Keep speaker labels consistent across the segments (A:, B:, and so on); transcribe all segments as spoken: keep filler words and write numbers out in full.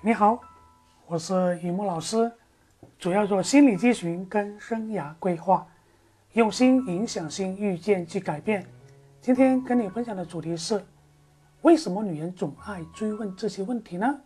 A: 你好，我是雨木老师，主要做心理咨询跟生涯规划，用心影响心，遇见即改变。今天跟你分享的主题是：为什么女人总爱追问这些问题呢？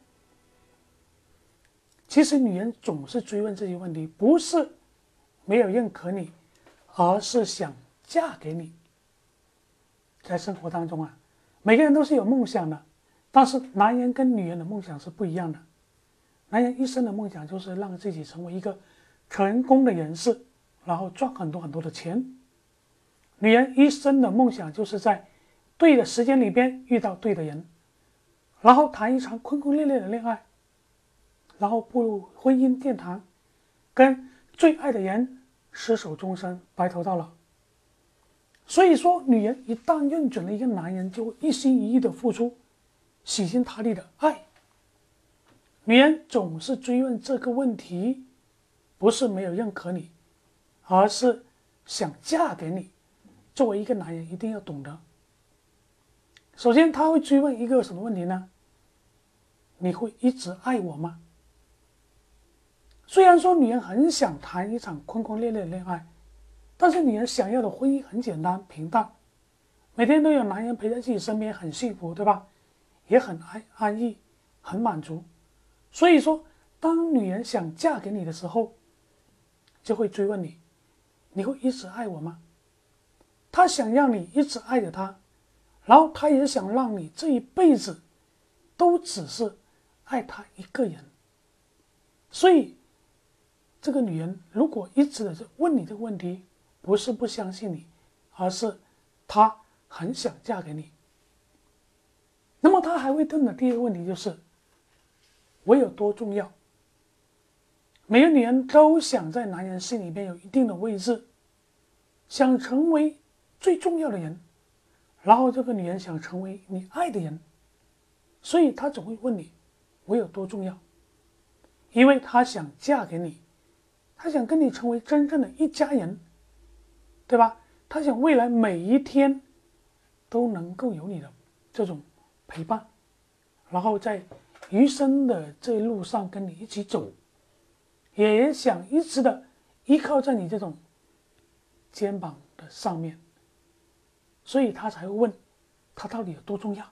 A: 其实女人总是追问这些问题，不是没有认可你，而是想嫁给你。在生活当中啊，每个人都是有梦想的，但是男人跟女人的梦想是不一样的。男人一生的梦想就是让自己成为一个成功的人士，然后赚很多很多的钱。女人一生的梦想就是在对的时间里边遇到对的人，然后谈一场轰轰烈烈的恋爱，然后步入婚姻殿堂，跟最爱的人厮守终生，白头到老。所以说，女人一旦认准了一个男人，就会一心一意的付出，死心塌地的爱。女人总是追问这个问题，不是没有认可你，而是想嫁给你。作为一个男人，一定要懂得。首先，他会追问一个什么问题呢？你会一直爱我吗？虽然说女人很想谈一场轰轰烈烈的恋爱，但是女人想要的婚姻很简单平淡，每天都有男人陪在自己身边，很幸福，对吧？也很安安逸，很满足。所以说，当女人想嫁给你的时候，就会追问你：你会一直爱我吗？她想让你一直爱着她，然后她也想让你这一辈子都只是爱她一个人。所以，这个女人如果一直的问你这个问题，不是不相信你，而是她很想嫁给你。那么她还会问的第二个问题就是：我有多重要？每个女人都想在男人心里边有一定的位置，想成为最重要的人，然后这个女人想成为你爱的人，所以她总会问你：我有多重要？因为她想嫁给你，她想跟你成为真正的一家人，对吧？她想未来每一天都能够有你的这种陪伴，然后在余生的这一路上跟你一起走，也想一直的依靠在你这种肩膀的上面，所以他才会问他到底有多重要。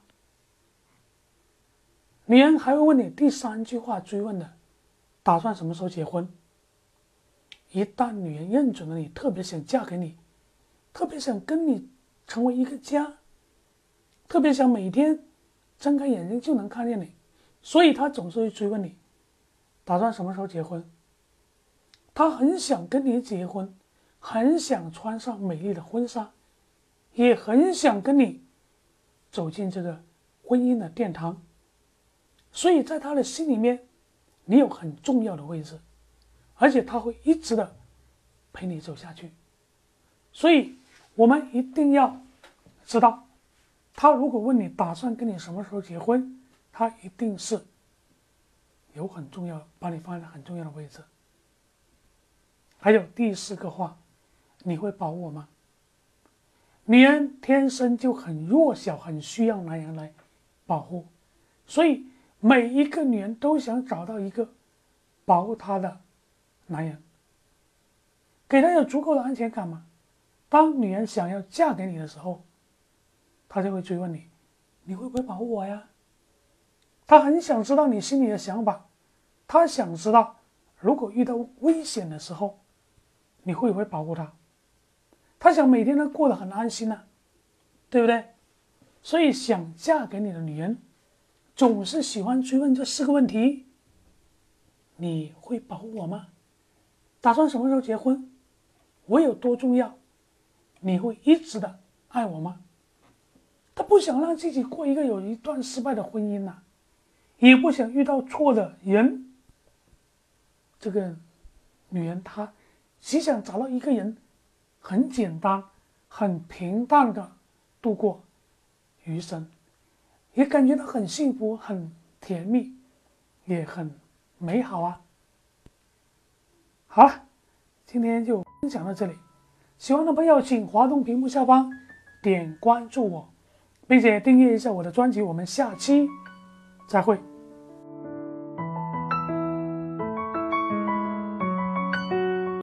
A: 女人还会问你第三句话追问的：打算什么时候结婚？一旦女人认准了你，特别想嫁给你，特别想跟你成为一个家，特别想每天睁开眼睛就能看见你，所以他总是会追问你打算什么时候结婚。他很想跟你结婚，很想穿上美丽的婚纱，也很想跟你走进这个婚姻的殿堂。所以在他的心里面，你有很重要的位置，而且他会一直的陪你走下去。所以我们一定要知道，他如果问你打算跟你什么时候结婚，他一定是有很重要，把你放在很重要的位置。还有第四个话，你会保我吗？女人天生就很弱小，很需要男人来保护，所以每一个女人都想找到一个保护她的男人，给她有足够的安全感嘛。当女人想要嫁给你的时候，她就会追问你：你会不会保护我呀？她很想知道你心里的想法，她想知道如果遇到危险的时候，你会不会保护她？她想每天都过得很安心啊，对不对？所以想嫁给你的女人总是喜欢追问这四个问题：你会保护我吗？打算什么时候结婚？我有多重要？你会一直的爱我吗？她不想让自己过一个有一段失败的婚姻啊，也不想遇到错的人。这个女人她只想找到一个人，很简单很平淡的度过余生，也感觉到很幸福很甜蜜，也很美好啊。好了，今天就分享到这里，喜欢的朋友请滑动屏幕下方点关注我，并且订阅一下我的专辑，我们下期再会。